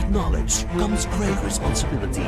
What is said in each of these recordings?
knowledge comes great responsibility.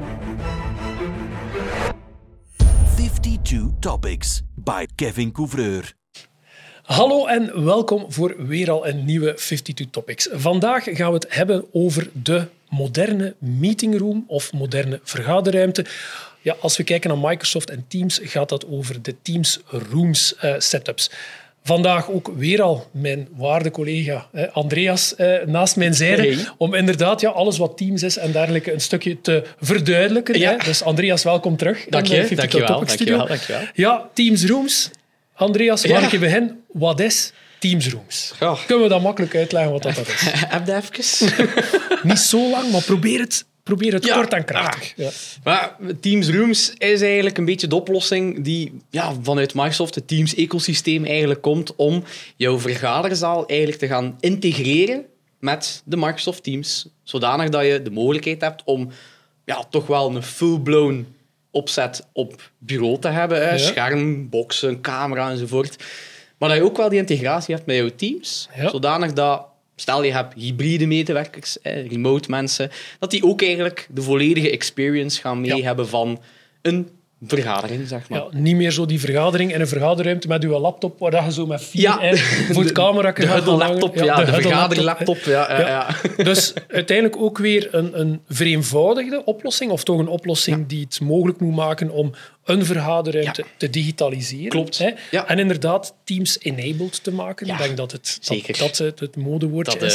52 Topics by Kevin Couvreur. Hallo en welkom voor weer al een nieuwe 52 Topics. Vandaag gaan we het hebben over de moderne meetingroom of moderne vergaderruimte. Ja, als we kijken naar Microsoft en Teams, gaat dat over de Teams Rooms setups. Vandaag ook weer al mijn waarde collega Andreas naast mijn zijde. Hey. Om inderdaad alles wat Teams is en dergelijke een stukje te verduidelijken. Ja. Dus Andreas, welkom terug. Dankjewel. Ja, Teams Rooms. Andreas, waar ik je begin? Wat is Teams Rooms? Ja. Kunnen we dat makkelijk uitleggen wat dat is? Heb je even? Niet zo lang, maar probeer het kort en krachtig. Ja. Maar Teams Rooms is eigenlijk een beetje de oplossing die vanuit Microsoft, het Teams-ecosysteem, eigenlijk komt om jouw vergaderzaal eigenlijk te gaan integreren met de Microsoft Teams. Zodanig dat je de mogelijkheid hebt om toch wel een full-blown opzet op bureau te hebben. Ja. Scherm, boxen, camera enzovoort. Maar dat je ook wel die integratie hebt met jouw Teams. Ja. Zodanig dat, stel je hebt hybride medewerkers, remote mensen, dat die ook eigenlijk de volledige experience gaan mee hebben van een vergadering, zeg maar. Ja, niet meer zo die vergadering in een vergaderruimte met uw laptop, waar je zo met 4 voor het camera kan gaan. De laptop, de vergaderlaptop. Ja. Dus uiteindelijk ook weer een vereenvoudigde oplossing, of toch een oplossing die het mogelijk moet maken om een vergaderruimte te digitaliseren. Klopt. Ja. En inderdaad Teams-enabled te maken. Ik denk dat het modewoordje is.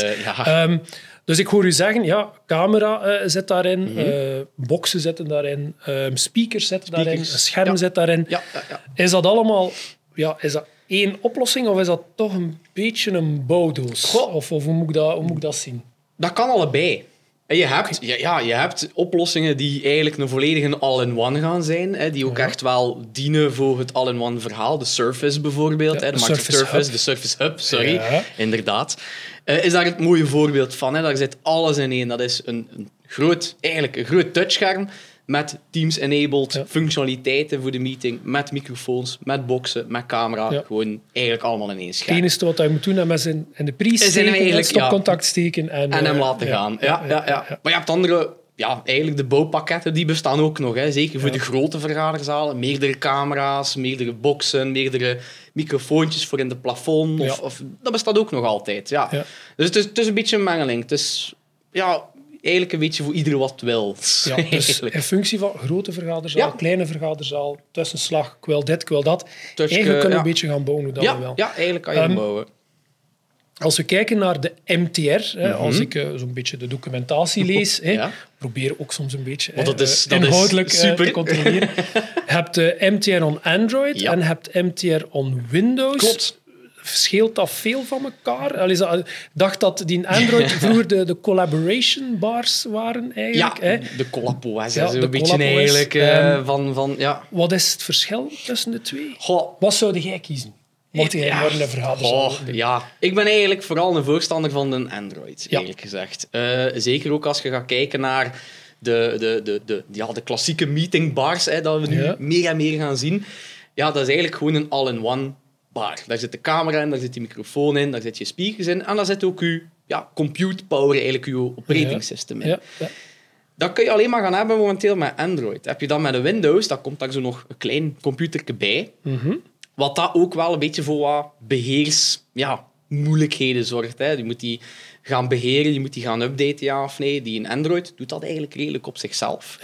Dus ik hoor u zeggen, camera zit daarin, boxen zitten daarin, speakers zitten daarin, een scherm zit daarin. Ja. Is dat allemaal is dat één oplossing of is dat toch een beetje een bouwdoos? Of hoe moet ik dat zien? Dat kan allebei. En je hebt oplossingen die eigenlijk een volledige all-in-one gaan zijn, die ook echt wel dienen voor het all-in-one verhaal. De Surface bijvoorbeeld, de Microsoft Surface, de Surface Hub, inderdaad. Is daar het mooie voorbeeld van. Daar zit alles in één. Dat is een groot touchscherm met Teams-enabled functionaliteiten voor de meeting, met microfoons, met boxen, met camera. Ja. Gewoon eigenlijk allemaal in één scherm. Het enige wat hij moet doen, is in de pries steken, stopcontact steken. En hem laten gaan. Ja. Maar je hebt andere... Ja, eigenlijk de bouwpakketten die bestaan ook nog. Zeker voor de grote vergaderzalen. Meerdere camera's, meerdere boxen, meerdere microfoontjes voor in de plafond. Dat bestaat ook nog altijd. Ja. Dus het is een beetje een mengeling. Het is eigenlijk een beetje voor ieder wat wil. Ja, dus in functie van grote vergaderzaal, kleine vergaderzaal, tussenslag, ik wil dit, ik wil dat. Eigenlijk kunnen we een beetje gaan bouwen hoe dat we wel. Ja, eigenlijk kan je bouwen. Als we kijken naar de MTR, als ik zo'n beetje de documentatie lees, probeer ook soms een beetje inhoudelijk te controleren. Je hebt de MTR on Android en je hebt MTR on Windows. Klopt. Verschilt dat veel van elkaar? Ik dacht dat die Android vroeger de collaboration bars waren eigenlijk. Ja, de Collab-OS. Een beetje eigenlijk van. Wat is het verschil tussen de twee? Wat zou jij kiezen? Mocht jij maar een vergaderzaal ik ben eigenlijk vooral een voorstander van een Android, eerlijk gezegd. Zeker ook als je gaat kijken naar de klassieke meetingbars, dat we nu meer en meer gaan zien. Ja, dat is eigenlijk gewoon een all-in-one bar. Daar zit de camera in, daar zit die microfoon in, daar zit je speakers in en daar zit ook je compute power, eigenlijk je operating system in. Ja. Dat kun je alleen maar gaan hebben momenteel met Android. Heb je dan met een Windows, dan komt daar zo nog een klein computertje bij. Mm-hmm. Wat dat ook wel een beetje voor wat moeilijkheden zorgt. Je moet die gaan beheren, je moet die gaan updaten, ja of nee. Die in Android doet dat eigenlijk redelijk op zichzelf.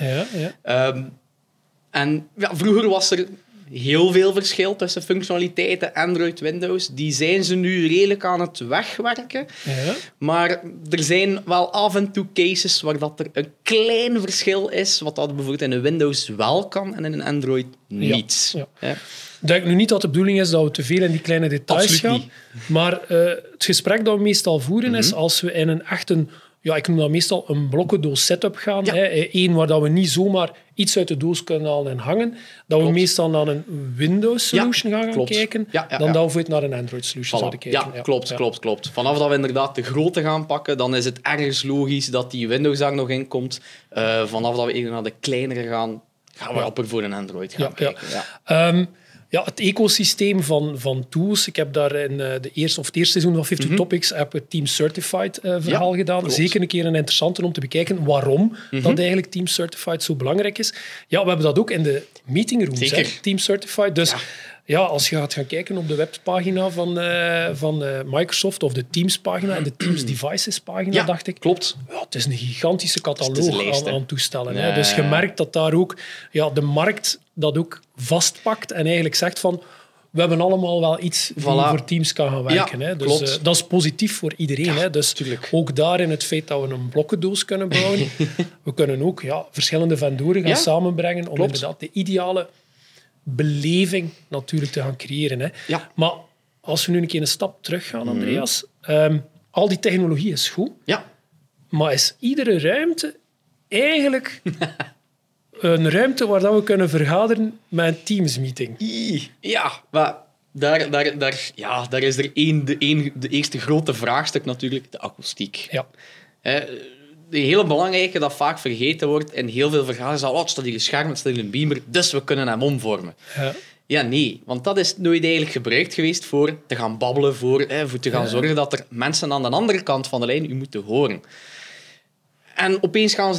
Vroeger was er heel veel verschil tussen functionaliteiten Android, Windows. Die zijn ze nu redelijk aan het wegwerken. Ja. Maar er zijn wel af en toe cases waar dat er een klein verschil is, wat dat bijvoorbeeld in een Windows wel kan en in een Android niet. Ja. Ik denk nu niet dat de bedoeling is dat we te veel in die kleine details gaan. Niet. Maar het gesprek dat we meestal voeren is als we in een echte... Ja, ik noem dat meestal een blokkendoos setup gaan. Eén waar dat we niet zomaar iets uit de doos kunnen halen en hangen. Dat we meestal naar een Windows solution gaan kijken. Dan dat we naar een Android solution zouden kijken. Klopt. Vanaf dat we inderdaad de grote gaan pakken, dan is het ergens logisch dat die Windows daar nog in komt. Vanaf dat we eerder naar de kleinere gaan we op voor een Android gaan kijken. het ecosysteem van tools. Ik heb daar in het eerste seizoen van 52 Topics heb het Team Certified verhaal gedaan. Klopt. Zeker een keer een interessante om te bekijken waarom dat eigenlijk Team Certified zo belangrijk is. Ja, we hebben dat ook in de meetingrooms, Zeker. Team Certified. Dus ja, als je gaat gaan kijken op de webpagina van Microsoft of de Teams-pagina en de Teams Devices-pagina, dacht ik. Klopt. Ja, het is een gigantische Het is catalogus een lijst, hè. aan toestellen. Ja, Hè. Dus je ja. merkt dat daar ook de markt dat ook vastpakt en eigenlijk zegt van we hebben allemaal wel iets die Voilà. voor Teams kan gaan werken. Ja, hè. Dus klopt. dat is positief voor iedereen. Hè. Dus tuurlijk. ook daarin het feit dat we een blokkendoos kunnen bouwen. We kunnen ook verschillende vendoren gaan Ja, samenbrengen om klopt. inderdaad de ideale beleving natuurlijk te gaan creëren. Hè. Ja. Maar als we nu een keer een stap terug gaan, Andreas, al die technologie is goed, Ja. maar is iedere ruimte eigenlijk een ruimte waar dat we kunnen vergaderen met een Teams-meeting? Ja, maar daar is er de eerste grote vraagstuk natuurlijk, de akoestiek. Ja. De hele belangrijke dat vaak vergeten wordt in heel veel vergaderingen is het staat hier een scherm, het staat hier een beamer, dus we kunnen hem omvormen. Ja. Ja, nee, want dat is nooit eigenlijk gebruikt geweest voor te gaan babbelen, voor te gaan zorgen dat er mensen aan de andere kant van de lijn u moeten horen. En opeens gaan ze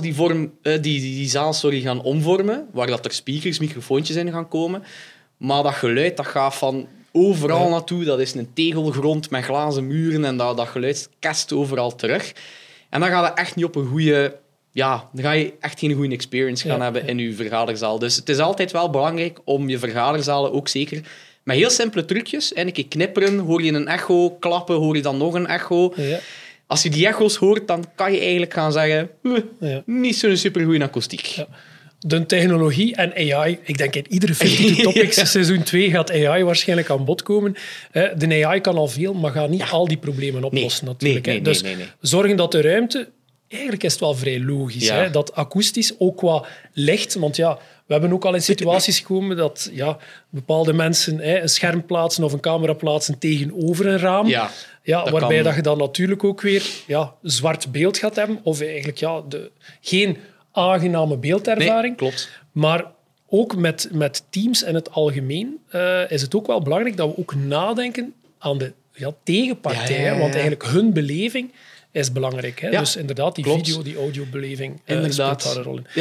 die zaal gaan omvormen, waar dat er speakers, microfoontjes in gaan komen. Maar dat geluid dat gaat van overal naartoe. Dat is een tegelgrond met glazen muren en dat geluid kast overal terug. En dan gaat het echt niet op een goede... Ja, dan ga je echt geen goede experience gaan hebben in je vergaderzaal. Dus het is altijd wel belangrijk om je vergaderzalen ook zeker met heel simpele trucjes. En een keer knipperen, hoor je een echo, klappen, hoor je dan nog een echo. Ja. Als je die echo's hoort, dan kan je eigenlijk gaan zeggen... Niet zo'n supergoeie akoestiek. Ja. De technologie en AI, ik denk in iedere 52 Topics seizoen 2 gaat AI waarschijnlijk aan bod komen. De AI kan al veel, maar gaat niet al die problemen oplossen natuurlijk. Nee. Dus zorgen dat de ruimte... Eigenlijk is het wel vrij logisch. Ja. Hè? Dat akoestisch ook qua licht... Want we hebben ook al in situaties gekomen dat bepaalde mensen een scherm plaatsen of een camera plaatsen tegenover een raam. Dat waarbij kan. dat je dan natuurlijk ook weer zwart beeld gaat hebben. Of eigenlijk geen aangename beeldervaring. Nee, klopt. Maar ook met Teams in het algemeen is het ook wel belangrijk dat we ook nadenken aan de tegenpartij. Ja. Want eigenlijk hun beleving is belangrijk. Hè? Ja, Dus inderdaad, die klopt. video, die audiobeleving Inderdaad. speelt daar een rol in.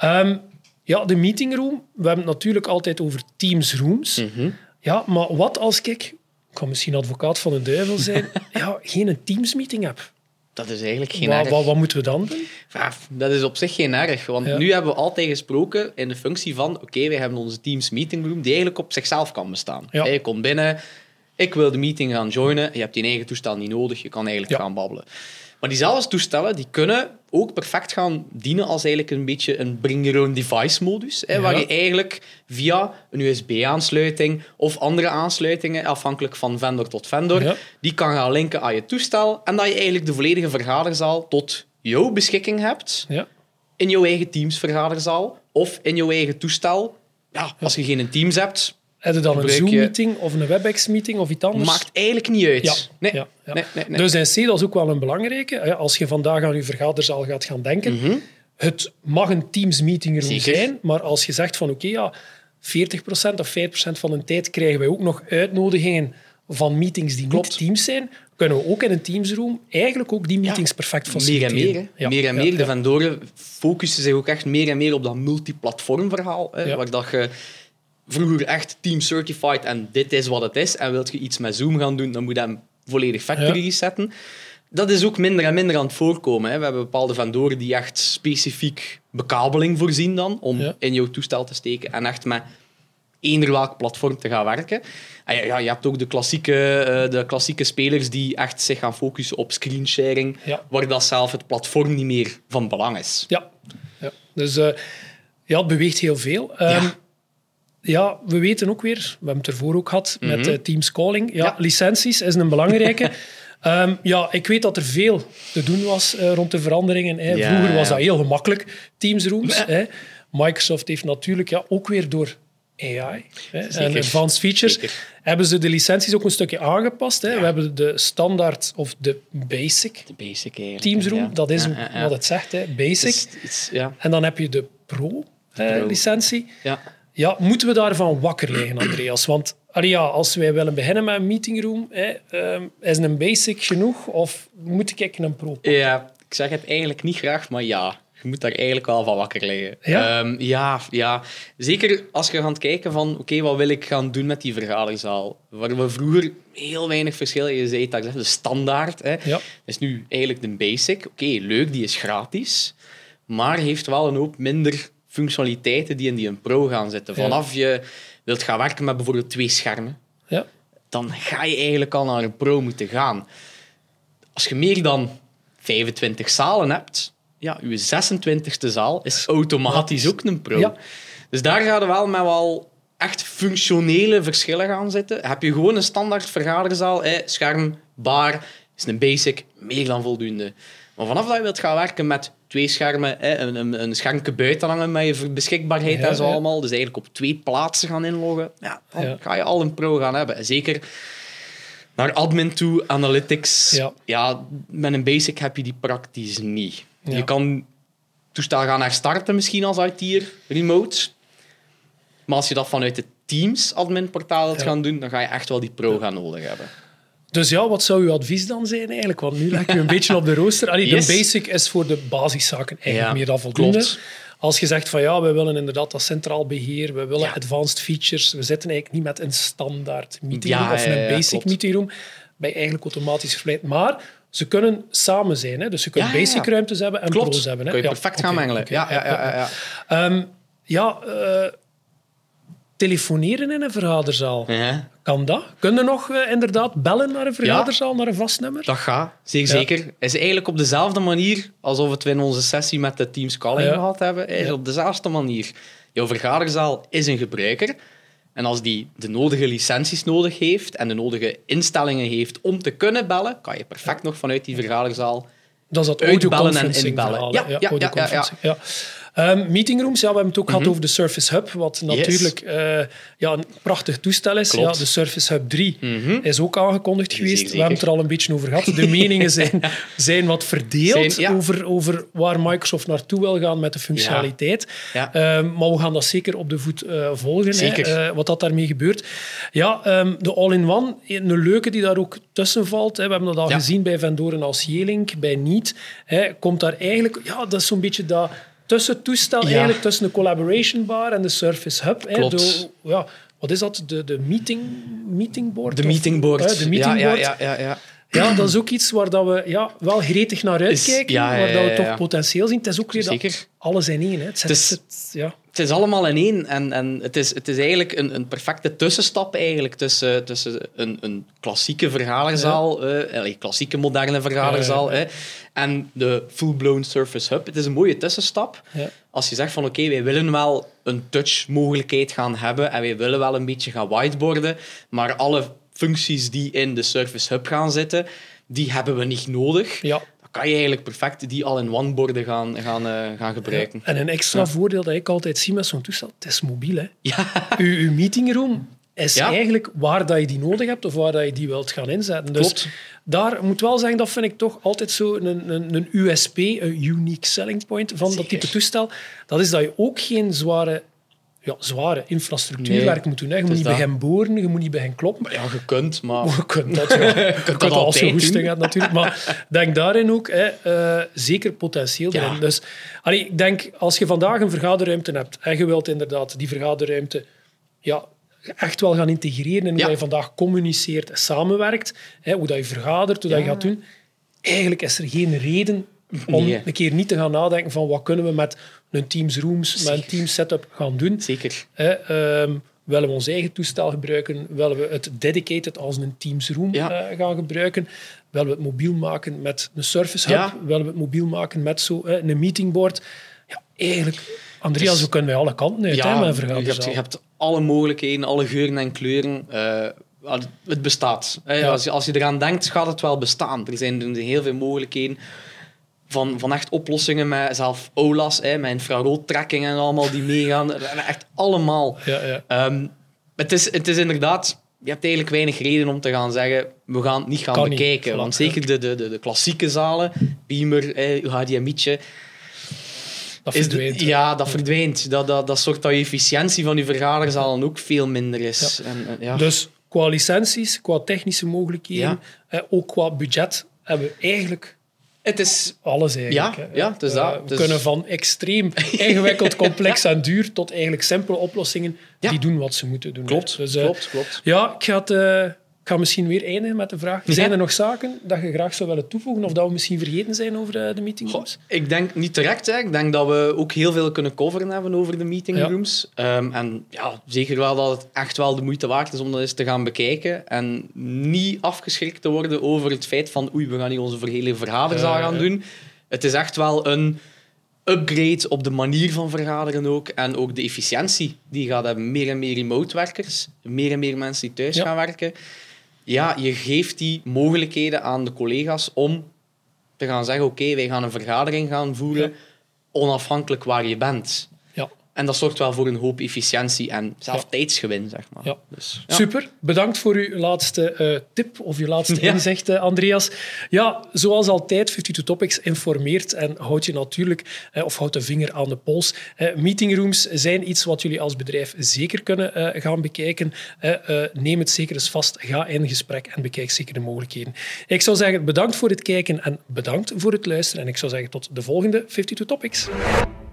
Ja. De meetingroom. We hebben het natuurlijk altijd over Teams rooms. Ja, maar wat als ik kan misschien advocaat van de duivel zijn, geen Teams-meeting heb? Dat is eigenlijk geen erg. Wat moeten we dan doen? Ja, dat is op zich geen erg. Want nu hebben we altijd gesproken in de functie van... Oké, wij hebben onze Teams meeting room die eigenlijk op zichzelf kan bestaan. Ja. Je komt binnen, ik wil de meeting gaan joinen. Je hebt die eigen toestel niet nodig. Je kan eigenlijk gaan babbelen. Maar diezelfde toestellen die kunnen ook perfect gaan dienen als eigenlijk een beetje een bring-your-own-device-modus. Waar je eigenlijk via een USB-aansluiting of andere aansluitingen, afhankelijk van vendor tot vendor, die kan gaan linken aan je toestel en dat je eigenlijk de volledige vergaderzaal tot jouw beschikking hebt in jouw eigen Teams-vergaderzaal of in jouw eigen toestel. Ja, als je geen Teams hebt... Heb je dan een Zoom-meeting of een WebEx-meeting of iets anders? Maakt eigenlijk niet uit. Nee. Nee. Dus in C, dat is ook wel een belangrijke. Als je vandaag aan je vergaderzaal gaat gaan denken, het mag een Teams-meeting zijn, maar als je zegt van 40% of 5% van de tijd krijgen wij ook nog uitnodigingen van meetings die niet Teams zijn, kunnen we ook in een Teams-room eigenlijk ook die meetings perfect faciliteren. Meer en meer. De vendoren focussen zich ook echt meer en meer op dat multiplatform-verhaal, waar dat je... Vroeger echt Team Certified en dit is wat het is. En wilt je iets met Zoom gaan doen, dan moet je hem volledig factory resetten. Dat is ook minder en minder aan het voorkomen. Hè. We hebben bepaalde vendoren die echt specifiek bekabeling voorzien dan, om in jouw toestel te steken en echt met eender welk platform te gaan werken. En je hebt ook de klassieke spelers die echt zich gaan focussen op screensharing, waar dat zelf het platform niet meer van belang is. Dus het beweegt heel veel. Ja, we weten ook weer, we hebben het ervoor ook gehad met Teams Calling. Licenties is een belangrijke. Ik weet dat er veel te doen was rond de veranderingen. Vroeger was dat heel gemakkelijk, Teams Rooms. Microsoft heeft natuurlijk ook weer door AI en advanced features hebben ze de licenties ook een stukje aangepast. We hebben de standaard of de basic Teams Room. Dat is wat het zegt, basic. En dan heb je de Pro-licentie. Ja, moeten we daarvan wakker liggen, Andreas? Want als wij willen beginnen met een meetingroom, is een basic genoeg of moet ik een pro? Ja, ik zeg het eigenlijk niet graag, maar ja, je moet daar eigenlijk wel van wakker liggen. Ja? Ja. Zeker als je gaat kijken van, oké, wat wil ik gaan doen met die vergaderzaal? Waar we vroeger heel weinig verschil, je zei het al, de standaard, is nu eigenlijk de basic. Oké, leuk, die is gratis, maar heeft wel een hoop minder functionaliteiten die in die een pro gaan zitten. Vanaf je wilt gaan werken met bijvoorbeeld 2 schermen, dan ga je eigenlijk al naar een pro moeten gaan. Als je meer dan 25 zalen hebt, ja, je 26e zaal is automatisch ook een pro. Ja. Dus daar gaan we wel met wel echt functionele verschillen gaan zitten. Heb je gewoon een standaard vergaderzaal, scherm, bar, is een basic, meer dan voldoende. Maar vanaf dat je wilt gaan werken met 2 schermen, een schermpje buiten hangen met je beschikbaarheid en zo allemaal, dus eigenlijk op 2 plaatsen gaan inloggen, dan ga je al een pro gaan hebben. Zeker naar admin toe, analytics. Ja, met een basic heb je die praktisch niet. Ja. Je kan het toestel gaan herstarten misschien als IT'er, remote. Maar als je dat vanuit het Teams adminportaal wilt gaan doen, dan ga je echt wel die pro gaan nodig hebben. Dus wat zou uw advies dan zijn eigenlijk? Want nu leg je een beetje op de rooster. De basic is voor de basiszaken eigenlijk meer dan voldoende. Klopt. Als je zegt van we willen inderdaad dat centraal beheer, we willen advanced features, we zitten eigenlijk niet met een standaard meetingroom of een basic meetingroom, ben je eigenlijk automatisch verplicht. Maar ze kunnen samen zijn. Hè? Dus je kunt basic ruimtes hebben en pro's hebben. Hè? Kun je perfect gaan mengelen. Telefoneren in een vergaderzaal. Ja. Kan dat? Kun je nog inderdaad bellen naar een vergaderzaal, naar een vast nummer? Dat gaat, zeker. Het is eigenlijk op dezelfde manier alsof we in onze sessie met de Teams Calling gehad hebben. Is op dezelfde manier. Jouw vergaderzaal is een gebruiker. En als die de nodige licenties nodig heeft en de nodige instellingen heeft om te kunnen bellen, kan je perfect nog vanuit die vergaderzaal dat is dat uitbellen en inbellen. Ja. Meetingrooms, we hebben het ook gehad over de Surface Hub, wat natuurlijk een prachtig toestel is. Ja, de Surface Hub 3 is ook aangekondigd geweest. We hebben het er al een beetje over gehad. De meningen zijn wat verdeeld over waar Microsoft naartoe wil gaan met de functionaliteit. Maar we gaan dat zeker op de voet volgen, wat dat daarmee gebeurt. De all-in-one, een leuke die daar ook tussen valt. We hebben dat al gezien bij vendoren als Yealink, bij Neat. Komt daar eigenlijk... dat is zo'n beetje dat... tussentoestel, eigenlijk tussen de Collaboration Bar en de Surface Hub. Klopt. Wat is dat? De meetingboard? De meetingboard. De meetingboard. Ja, dat is ook iets waar dat we wel gretig naar uitkijken, waar dat we toch potentieel zien. Het is ook weer dat alles in één. Hè. Het is allemaal in één. En het is eigenlijk een perfecte tussenstap eigenlijk tussen een klassieke vergaderzaal, klassieke moderne vergaderzaal, en de full-blown Surface Hub. Het is een mooie tussenstap. Ja. Als je zegt van oké, wij willen wel een touch-mogelijkheid gaan hebben en wij willen wel een beetje gaan whiteboarden, maar alle functies die in de Surface Hub gaan zitten, die hebben we niet nodig. Ja. Dan kan je eigenlijk perfect die all-in-one borden gaan gebruiken. Ja. En een extra voordeel dat ik altijd zie met zo'n toestel, het is mobiel. Hè? Ja. Uw meetingroom is eigenlijk waar dat je die nodig hebt of waar dat je die wilt gaan inzetten. Dus klopt. Daar moet wel zeggen, dat vind ik toch altijd zo een USP, een unique selling point van dat type toestel. Dat is dat je ook geen zware infrastructuurwerk moet doen. Hè. Je moet niet beginnen boren, je moet niet beginnen kloppen. Ja, je kunt, maar... Je kunt dat, je kunt dat als je hoesting hebt, natuurlijk. Maar denk daarin ook zeker potentieel erin. Dus ik denk, als je vandaag een vergaderruimte hebt en je wilt inderdaad die vergaderruimte echt wel gaan integreren in hoe dat je vandaag communiceert en samenwerkt, hoe dat je vergadert, hoe dat je gaat doen, eigenlijk is er geen reden om een keer niet te gaan nadenken van wat kunnen we met een Teams Rooms, met een Teams setup gaan doen. Zeker. Willen we ons eigen toestel gebruiken? Willen we het dedicated als een Teams Room gaan gebruiken? Willen we het mobiel maken met een Surface Hub? Willen we het mobiel maken met een meetingboard? Ja, eigenlijk, Andreas, zo kunnen wij alle kanten uit met een vergaderzaal. Je hebt alle mogelijkheden, alle geuren en kleuren. Het bestaat. Als je eraan denkt, gaat het wel bestaan. Er zijn heel veel mogelijkheden. Van echt oplossingen met zelf OLA's, met infraroodtrekking en allemaal die meegaan. Echt allemaal. Het is inderdaad... Je hebt eigenlijk weinig reden om te gaan zeggen, we gaan het niet gaan bekijken. Want zeker de klassieke zalen, Beamer, HDMI'tje... Dat verdwijnt. Ja, dat verdwijnt. Dat zorgt dat je efficiëntie van je vergaderzalen ook veel minder is. Ja. Ja. Dus qua licenties, qua technische mogelijkheden, ook qua budget, hebben we eigenlijk Het is... alles eigenlijk. Ja, het is dat. We kunnen van extreem ingewikkeld, complex en duur tot eigenlijk simpele oplossingen die doen wat ze moeten doen. Klopt, Dus, klopt. Ja, ik ga misschien weer eindigen met de vraag. Zijn er nog zaken dat je graag zou willen toevoegen of dat we misschien vergeten zijn over de meetingrooms? Ik denk niet direct. Hè. Ik denk dat we ook heel veel kunnen coveren hebben over de meetingrooms. En ja, zeker wel dat het echt wel de moeite waard is om dat eens te gaan bekijken. En niet afgeschrikt te worden over het feit van oei, we gaan hier onze hele vergaderzaal gaan doen. Het is echt wel een upgrade op de manier van vergaderen ook. En ook de efficiëntie die gaat hebben. Meer en meer remote werkers. Meer en meer mensen die thuis gaan werken. Ja, je geeft die mogelijkheden aan de collega's om te gaan zeggen oké, wij gaan een vergadering gaan voeren onafhankelijk waar je bent. Ja. En dat zorgt wel voor een hoop efficiëntie en zelfs tijdsgewin, zeg maar. Ja. Dus, Super, bedankt voor uw laatste tip of uw laatste inzicht, Andreas. Ja, zoals altijd, 52 Topics informeert en houdt je natuurlijk, of houdt de vinger aan de pols. Meetingrooms zijn iets wat jullie als bedrijf zeker kunnen gaan bekijken. Neem het zeker eens vast, ga in gesprek en bekijk zeker de mogelijkheden. Ik zou zeggen, bedankt voor het kijken en bedankt voor het luisteren. En ik zou zeggen, tot de volgende 52 Topics.